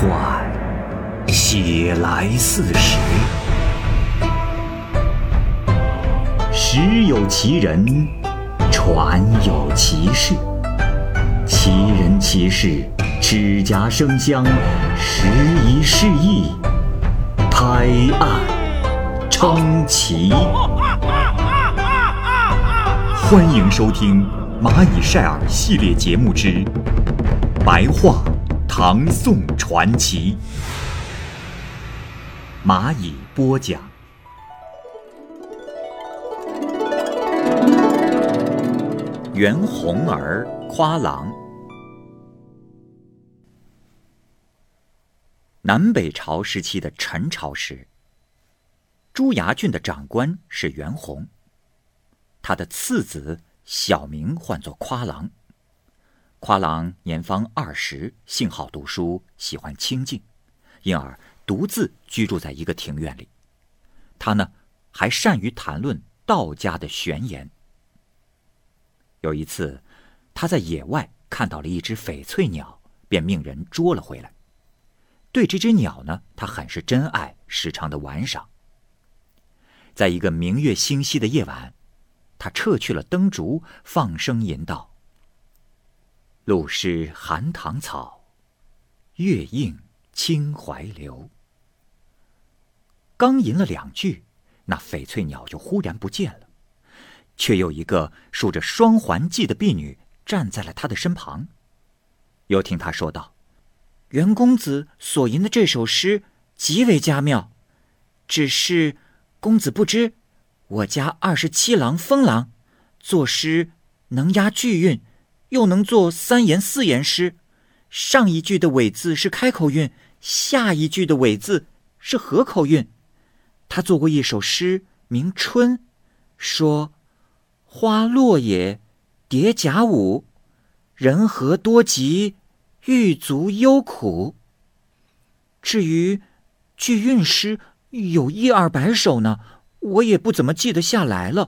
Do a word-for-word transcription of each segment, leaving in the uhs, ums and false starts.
幻，写来似实。时有其人，传有其事。其人其事，指甲生香，时移世易，拍案称奇。欢迎收听蚂蚁晒尔系列节目之《白话唐宋传奇》，蚂蚁播讲。袁弘儿夸郎。南北朝时期的陈朝时，朱崖郡的长官是袁弘，他的次子小名唤作夸郎。夸郎年方二十，性好读书，喜欢清静，因而独自居住在一个庭院里。他呢，还善于谈论道家的玄言。有一次，他在野外看到了一只翡翠鸟，便命人捉了回来。对这只鸟呢，他很是珍爱，时常的玩赏。在一个明月星稀的夜晚，他撤去了灯烛，放声吟道：露湿寒塘草，月映清怀流。刚吟了两句，那翡翠鸟就忽然不见了，却有一个梳着双环髻的婢女站在了他的身旁。又听他说道：袁公子所吟的这首诗极为佳妙，只是公子不知，我家二十七郎风郎作诗能押句韵，又能作三言四言诗。上一句的尾字是开口韵，下一句的尾字是合口韵。他做过一首诗名《春》，说花落也，蝶甲舞，人何多疾，欲足忧苦。至于句韵诗，有一二百首呢，我也不怎么记得下来了。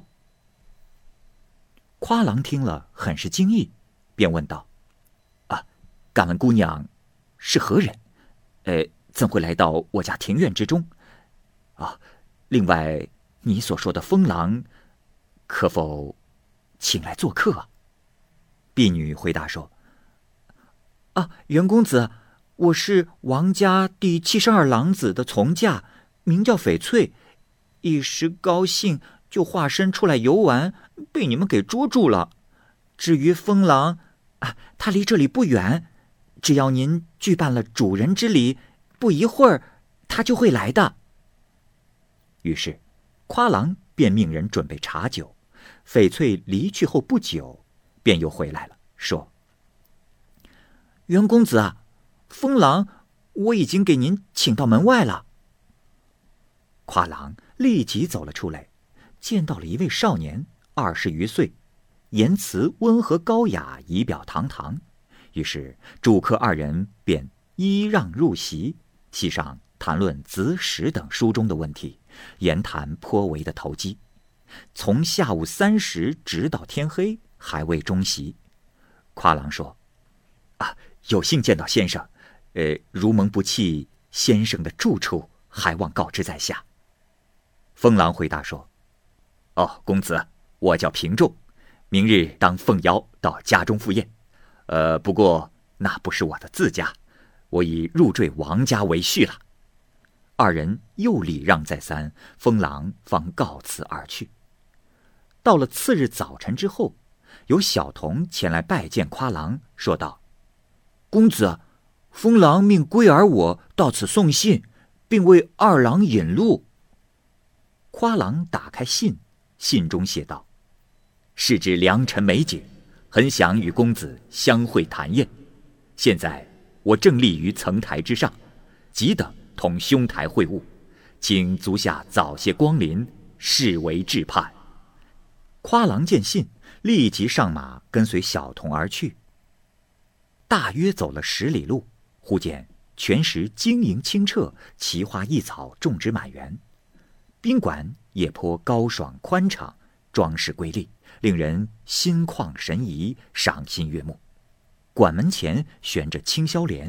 夸郎听了很是惊异，便问道：啊，敢问姑娘是何人？呃，怎会来到我家庭院之中？啊，另外你所说的风郎，可否请来做客啊？婢女回答说：啊，袁公子，我是王家第七十二郎子的从嫁，名叫翡翠，一时高兴就化身出来游玩，被你们给捉住了。至于风郎，啊，他离这里不远，只要您具办了主人之礼，不一会儿他就会来的。于是夸郎便命人准备茶酒。翡翠离去后不久，便又回来了，说：袁公子啊，风郎我已经给您请到门外了。夸郎立即走了出来，见到了一位少年，二十余岁，言辞温和高雅，仪表堂堂。于是主客二人便依让入席，席上谈论子史等书中的问题，言谈颇为的投机。从下午三时直到天黑，还未终席。夸郎说：啊，有幸见到先生，呃，如蒙不弃，先生的住处还望告知在下。风郎回答说：哦，公子，我叫平仲，明日当奉邀到家中赴宴。呃，不过那不是我的自家，我已入赘王家为婿了。二人又礼让再三，风郎方告辞而去。到了次日早晨之后，有小童前来拜见夸郎，说道：公子，风郎命龟儿我到此送信，并为二郎引路。夸郎打开信，信中写道：是指良辰美景，很想与公子相会谈宴。现在我正立于层台之上，急得同兄台会晤，请足下早些光临，视为至盼。夸郎见信，立即上马，跟随小童而去。大约走了十里路，忽见泉石晶莹清澈，奇花异草种植满园。宾馆也颇高爽宽敞，装饰瑰丽，令人心旷神怡，赏心悦目。馆门前悬着青霄帘，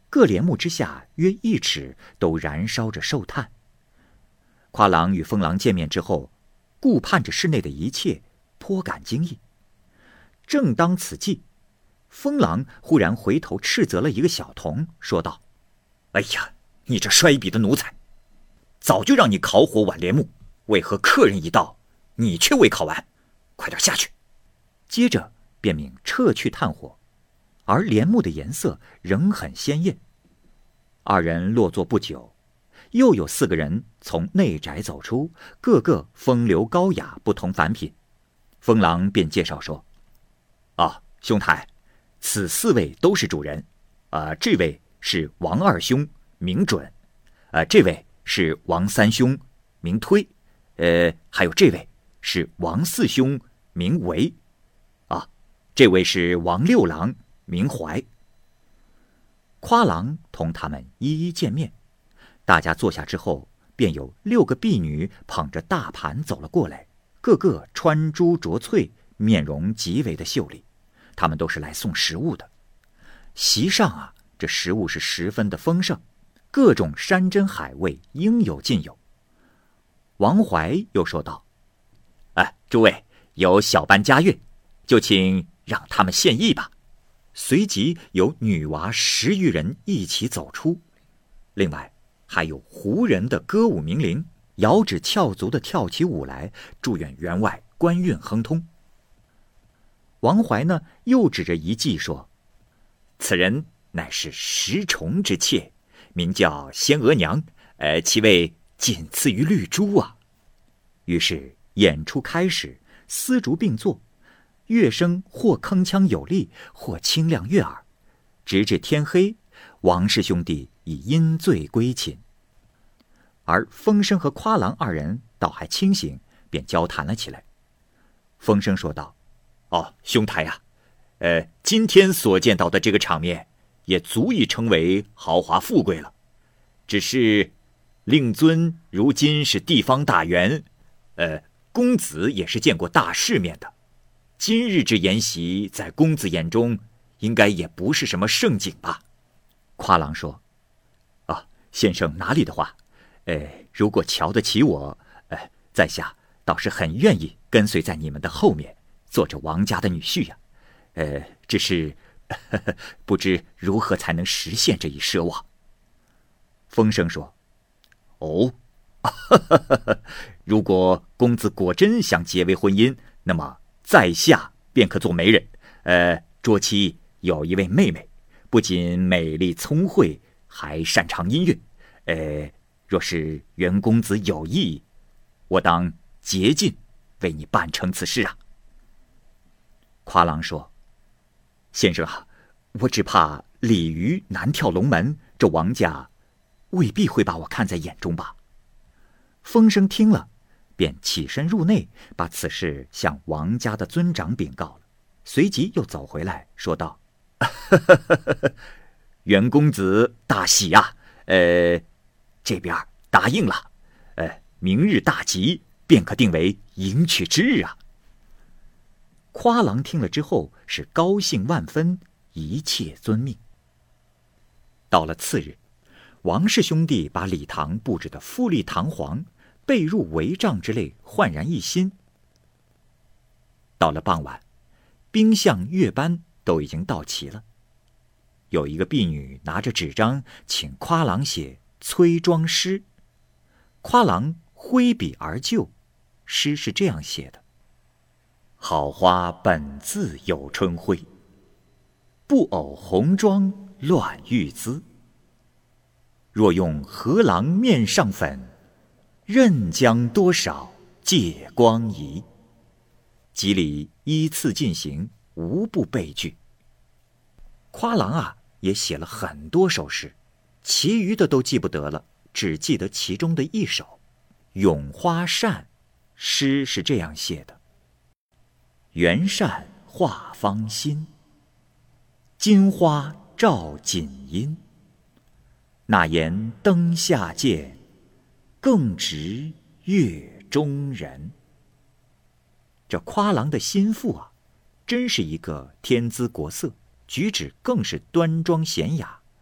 各帘幕之下约一尺都燃烧着寿炭。夸郎与风狼见面之后，顾盼着室内的一切，颇感惊异。正当此际，风狼忽然回头斥责了一个小童，说道：“哎呀，你这衰鄙的奴才！早就让你烤火挽帘幕，为何客人一到，你却未烤完？快点下去！”接着便命撤去炭火，而帘幕的颜色仍很鲜艳。二人落座不久，又有四个人从内宅走出，个个风流高雅，不同凡品。风狼便介绍说：“啊，兄台，此四位都是主人。啊，这位是王二兄，名准。啊，这位是王三兄，名推。呃，还有这位是王四兄，名维。啊，这位是王六郎，名怀。”夸郎同他们一一见面。大家坐下之后，便有六个婢女捧着大盘走了过来，个个穿珠着翠，面容极为的秀丽。他们都是来送食物的。席上啊，这食物是十分的丰盛，各种山珍海味应有尽有。王怀又说道：“哎，诸位有小班家乐，就请让他们献艺吧。”随即有女娃十余人一起走出，另外还有胡人的歌舞名伶，摇指翘足的跳起舞来，祝愿员外官运亨通。王怀呢，又指着一妓说：“此人乃是石崇之妾，名叫仙娥娘，呃，其位仅次于绿珠啊。”于是演出开始，丝竹并作，乐声或铿锵有力，或清亮悦耳。直至天黑，王氏兄弟已因醉归寝。而风声和夸郎二人倒还清醒，便交谈了起来。风声说道：“哦，兄台啊，呃，今天所见到的这个场面，也足以称为豪华富贵了。只是令尊如今是地方大员，呃，公子也是见过大世面的。今日之筵席，在公子眼中，应该也不是什么盛景吧？”夸郎说：“啊，先生哪里的话？呃，如果瞧得起我，呃，在下倒是很愿意跟随在你们的后面，做着王家的女婿呀。呃，只是呵呵不知如何才能实现这一奢望。”风声说：“哦，呵呵呵如果公子果真想结为婚姻，那么在下便可做媒人。呃，卓妻有一位妹妹，不仅美丽聪慧，还擅长音乐。呃，若是袁公子有意，我当竭尽为你办成此事啊。”夸郎说：“先生啊，我只怕鲤鱼难跳龙门，这王家未必会把我看在眼中吧。”风声听了，便起身入内，把此事向王家的尊长禀告了。随即又走回来说道：“袁公子大喜啊！呃，这边答应了，呃，明日大吉，便可定为迎娶之日啊。”夸郎听了之后是高兴万分，一切遵命。到了次日，王氏兄弟把礼堂布置得富丽堂皇，被褥帷帐之类焕然一新。到了傍晚，宾相乐班都已经到齐了。有一个婢女拿着纸张，请夸郎写催妆诗。夸郎挥笔而就，诗是这样写的：“好花本自有春晖，不偶红妆乱玉姿。若用荷郎面上粉，任将多少借光仪。”集礼依次进行，无不被拒。夸郎啊，也写了很多首诗，其余的都记不得了，只记得其中的一首《咏花扇》。诗是这样写的：“圆扇画芳心，金花照锦衣。那言灯下见，更值月中人。”这夸郎的心腹啊，真是一个天姿国色，举止更是端庄娴雅，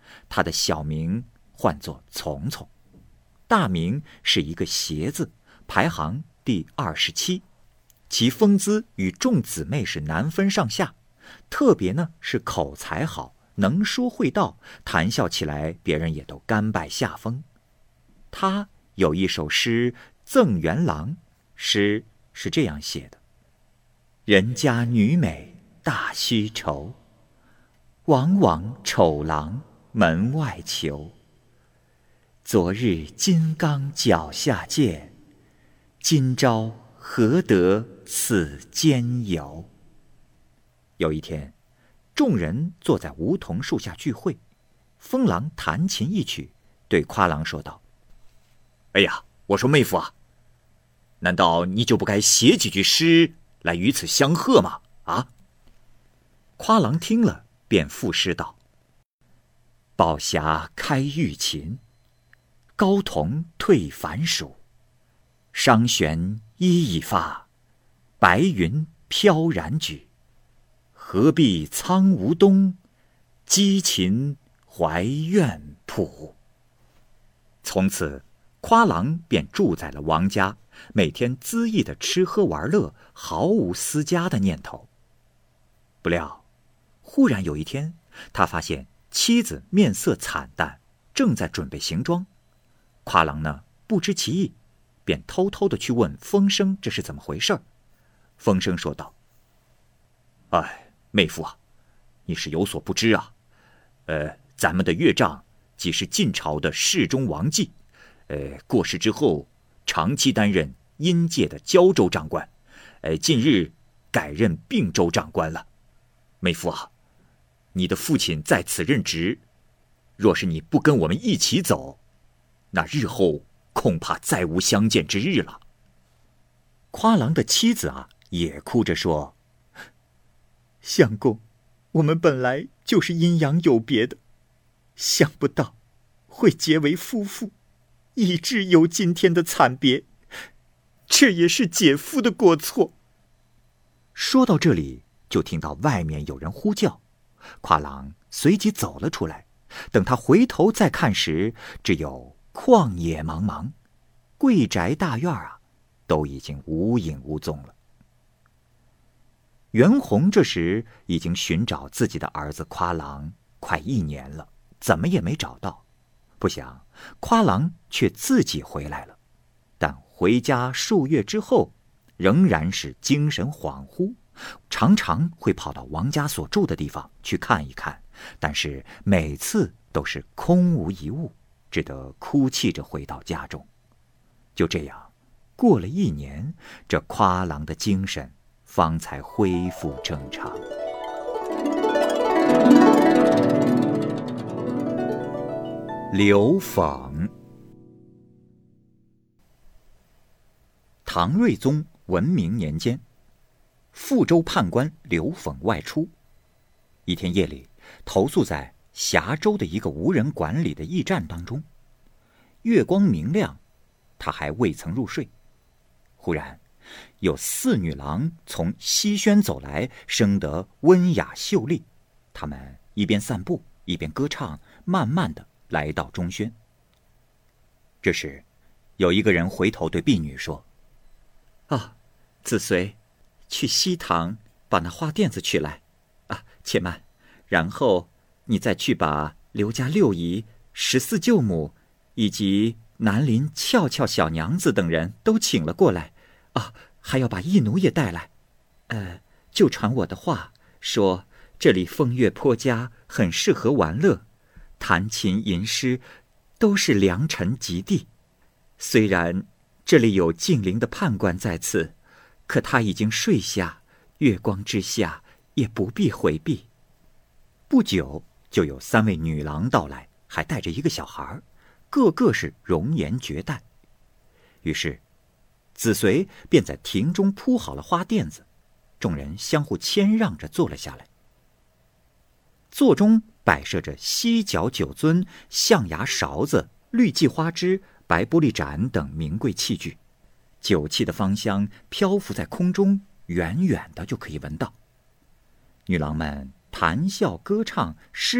他的小名唤作从从，大名是一个鞋字，排行第二十七。其风姿与众姊妹是难分上下，特别呢是口才好，能说会道，谈笑起来别人也都甘拜下风。他有一首诗赠元郎，诗是这样写的：人家女美大须愁，往往丑郎门外求。昨日金刚脚下见，今朝何得此间游。有一天，众人坐在梧桐树下聚会，风郎弹琴一曲，对夸郎说道：哎呀，我说妹夫啊，难道你就不该写几句诗来与此相和吗？啊！夸郎听了，便赋诗道：宝匣开玉琴，高筒退凡蜀。商玄依已发，白云飘然举。何必苍梧东，击琴怀怨浦。从此，夸郎便住在了王家，每天恣意的吃喝玩乐，毫无私家的念头。不料，忽然有一天，他发现妻子面色惨淡，正在准备行装。夸郎呢，不知其意，便偷偷的去问风声这是怎么回事。风声说道：哎，妹夫啊，你是有所不知啊。呃，咱们的岳丈即是晋朝的世宗王继，呃，过世之后，长期担任阴界的胶州长官，呃，近日改任并州长官了。妹夫啊，你的父亲在此任职，若是你不跟我们一起走，那日后恐怕再无相见之日了。夸郎的妻子啊，也哭着说：相公，我们本来就是阴阳有别的，想不到会结为夫妇，以致有今天的惨别，这也是姐夫的过错。说到这里，就听到外面有人呼叫，夸郎随即走了出来。等他回头再看时，只有旷野茫茫，贵宅大院啊，都已经无影无踪了。袁弘这时已经寻找自己的儿子夸郎快一年了，怎么也没找到。不想夸郎却自己回来了，但回家数月之后，仍然是精神恍惚，常常会跑到王家所住的地方去看一看，但是每次都是空无一物，只得哭泣着回到家中。就这样过了一年，这夸郎的精神方才恢复正常。刘讽。唐睿宗文明年间，富州判官刘讽外出，一天夜里投宿在峡州的一个无人管理的驿站当中。月光明亮，他还未曾入睡，忽然有四女郎从西轩走来，生得温雅秀丽。她们一边散步一边歌唱，慢慢的来到中轩。这时有一个人回头对婢女说：啊，子随，去西堂把那花垫子取来。啊，且慢，然后你再去把刘家六姨、十四舅母以及南邻俏俏小娘子等人都请了过来。啊，还要把义奴也带来。呃，就传我的话，说这里风月颇佳，很适合玩乐，弹琴吟诗都是良辰吉地。虽然这里有晋陵的判官在此，可他已经睡下，月光之下也不必回避。不久就有三位女郎到来，还带着一个小孩，个个是容颜绝代。于是子随便在庭中铺好了花垫子，众人相互谦让着坐了下来。座中摆设着犀角酒樽、象牙勺子、绿荠花枝、白玻璃盏等名贵器具，酒气的芳香漂浮在空中，远远的就可以闻到。女郎们谈笑歌唱，诗咏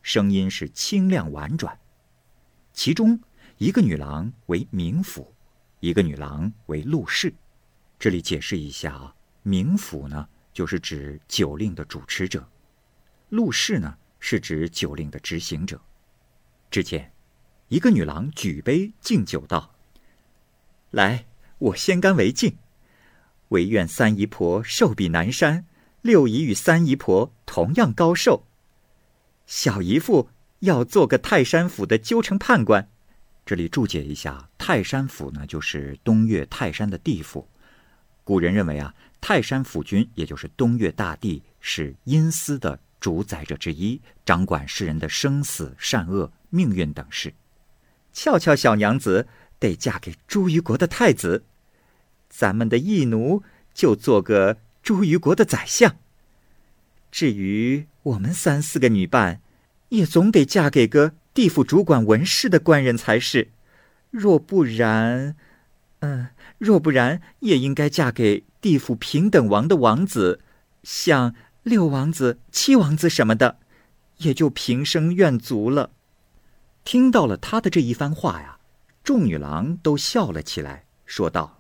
声音是清亮婉转。其中一个女郎为冥府，一个女郎为陆氏。这里解释一下啊，冥府呢就是指酒令的主持者，陆氏呢是指酒令的执行者。只见一个女郎举杯敬酒道：“来，我先干为敬，唯愿三姨婆寿比南山，六姨与三姨婆同样高寿。小姨父要做个泰山府的纠城判官。”这里注解一下，泰山府呢就是东岳泰山的地府。古人认为啊，泰山府君也就是东岳大帝，是阴司的主宰者之一，掌管世人的生死善恶命运等事。俏俏小娘子得嫁给朱虞国的太子，咱们的义奴就做个朱虞国的宰相。至于我们三四个女伴，也总得嫁给个地府主管文事的官人才是。若不然，嗯、呃，若不然也应该嫁给地府平等王的王子，像六王子、七王子什么的，也就平生愿足了。听到了他的这一番话呀，众女郎都笑了起来，说道：“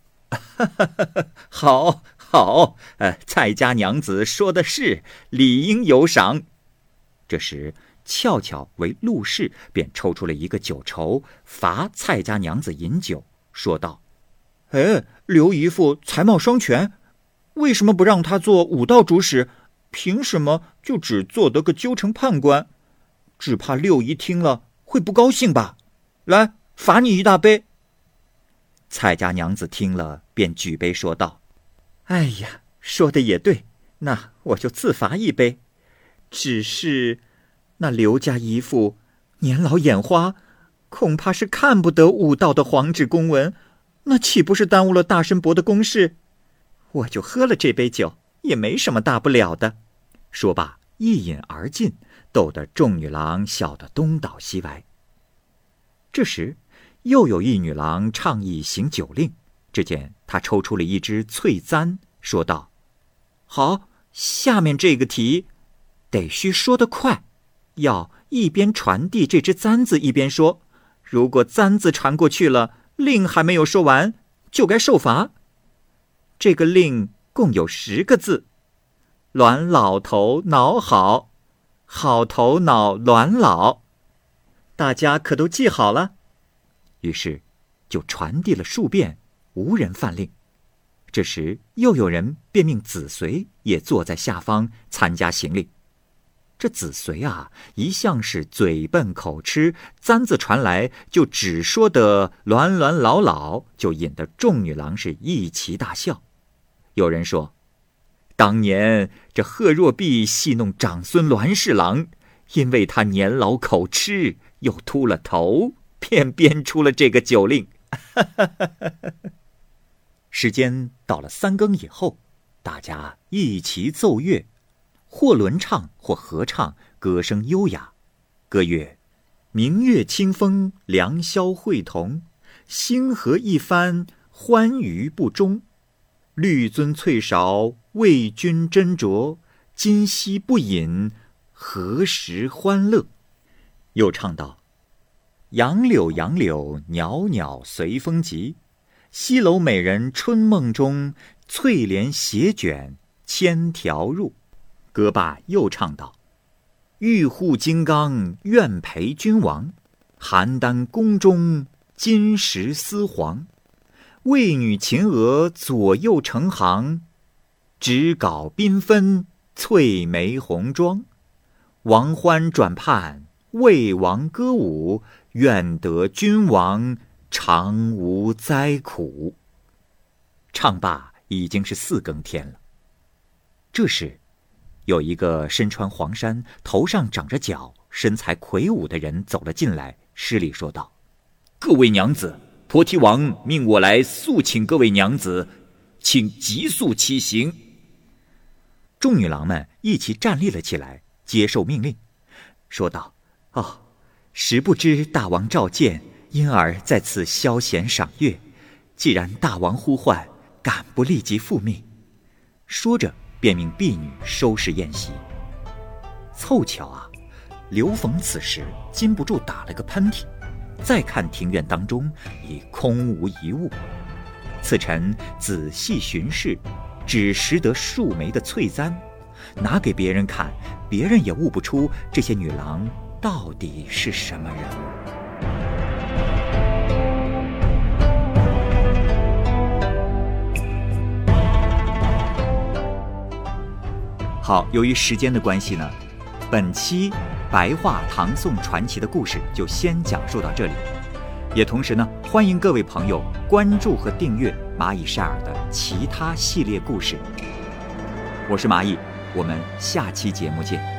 好，好，呃，蔡家娘子说的是，理应有赏。”这时，俏俏为陆氏便抽出了一个酒筹，罚蔡家娘子饮酒，说道：“哎，刘姨父才貌双全，为什么不让他做武道主使？凭什么就只做得个纠城判官？只怕六姨听了会不高兴吧？来，罚你一大杯。”蔡家娘子听了，便举杯说道：“哎呀，说的也对，那我就自罚一杯。只是那刘家姨父年老眼花，恐怕是看不得武道的皇旨公文，那岂不是耽误了大申伯的公事？我就喝了这杯酒，也没什么大不了的。”说罢一饮而尽，逗得众女郎笑得东倒西歪。这时又有一女郎倡议行酒令，只见她抽出了一支翠簪，说道：“好，下面这个题得须说得快，要一边传递这支簪子一边说，如果簪子传过去了，令还没有说完，就该受罚。这个令共有十个字：卵老头脑好，好头脑卵老。大家可都记好了？”于是就传递了数遍，无人犯令。这时又有人便命子随也坐在下方参加行令。这子随啊，一向是嘴笨口吃，簪子传来就只说得卵卵老老，就引得众女郎是一齐大笑。有人说，当年这贺若弼戏弄长孙栾侍郎，因为他年老口吃又秃了头，便编出了这个酒令。时间到了三更以后，大家一齐奏乐，或轮唱或合唱，歌声优雅。歌曰：“明月清风良宵会同，星河一番欢娱不终。绿樽翠勺为君斟酌，今夕不饮何时欢乐。”又唱道：“杨柳杨柳袅袅随风急，西楼美人春梦中，翠帘斜卷千条入。”歌罢又唱道：“玉护金刚愿陪君王，邯郸宫中金石丝黄。魏女秦娥左右成行，纸稿缤纷翠眉红妆。王欢转盼魏王歌舞，愿得君王长无灾苦。”唱罢已经是四更天了。这时有一个身穿黄衫，头上长着角，身材魁梧的人走了进来，施礼说道：“各位娘子，婆提王命我来速请各位娘子，请急速起行。”众女郎们一起站立了起来，接受命令，说道：“哦，实不知大王召见，因而在此消闲赏月。既然大王呼唤，敢不立即复命？”说着便命婢女收拾宴席。凑巧啊， 刘逢此时禁不住打了个喷嚏，再看庭院当中已空无一物。此臣仔细巡视，只识得数枚的翠簪，拿给别人看，别人也悟不出这些女郎到底是什么人。好，由于时间的关系呢，本期白话唐宋传奇的故事就先讲述到这里。也同时呢，欢迎各位朋友关注和订阅蚂蚁晒尔的其他系列故事。我是蚂蚁，我们下期节目见。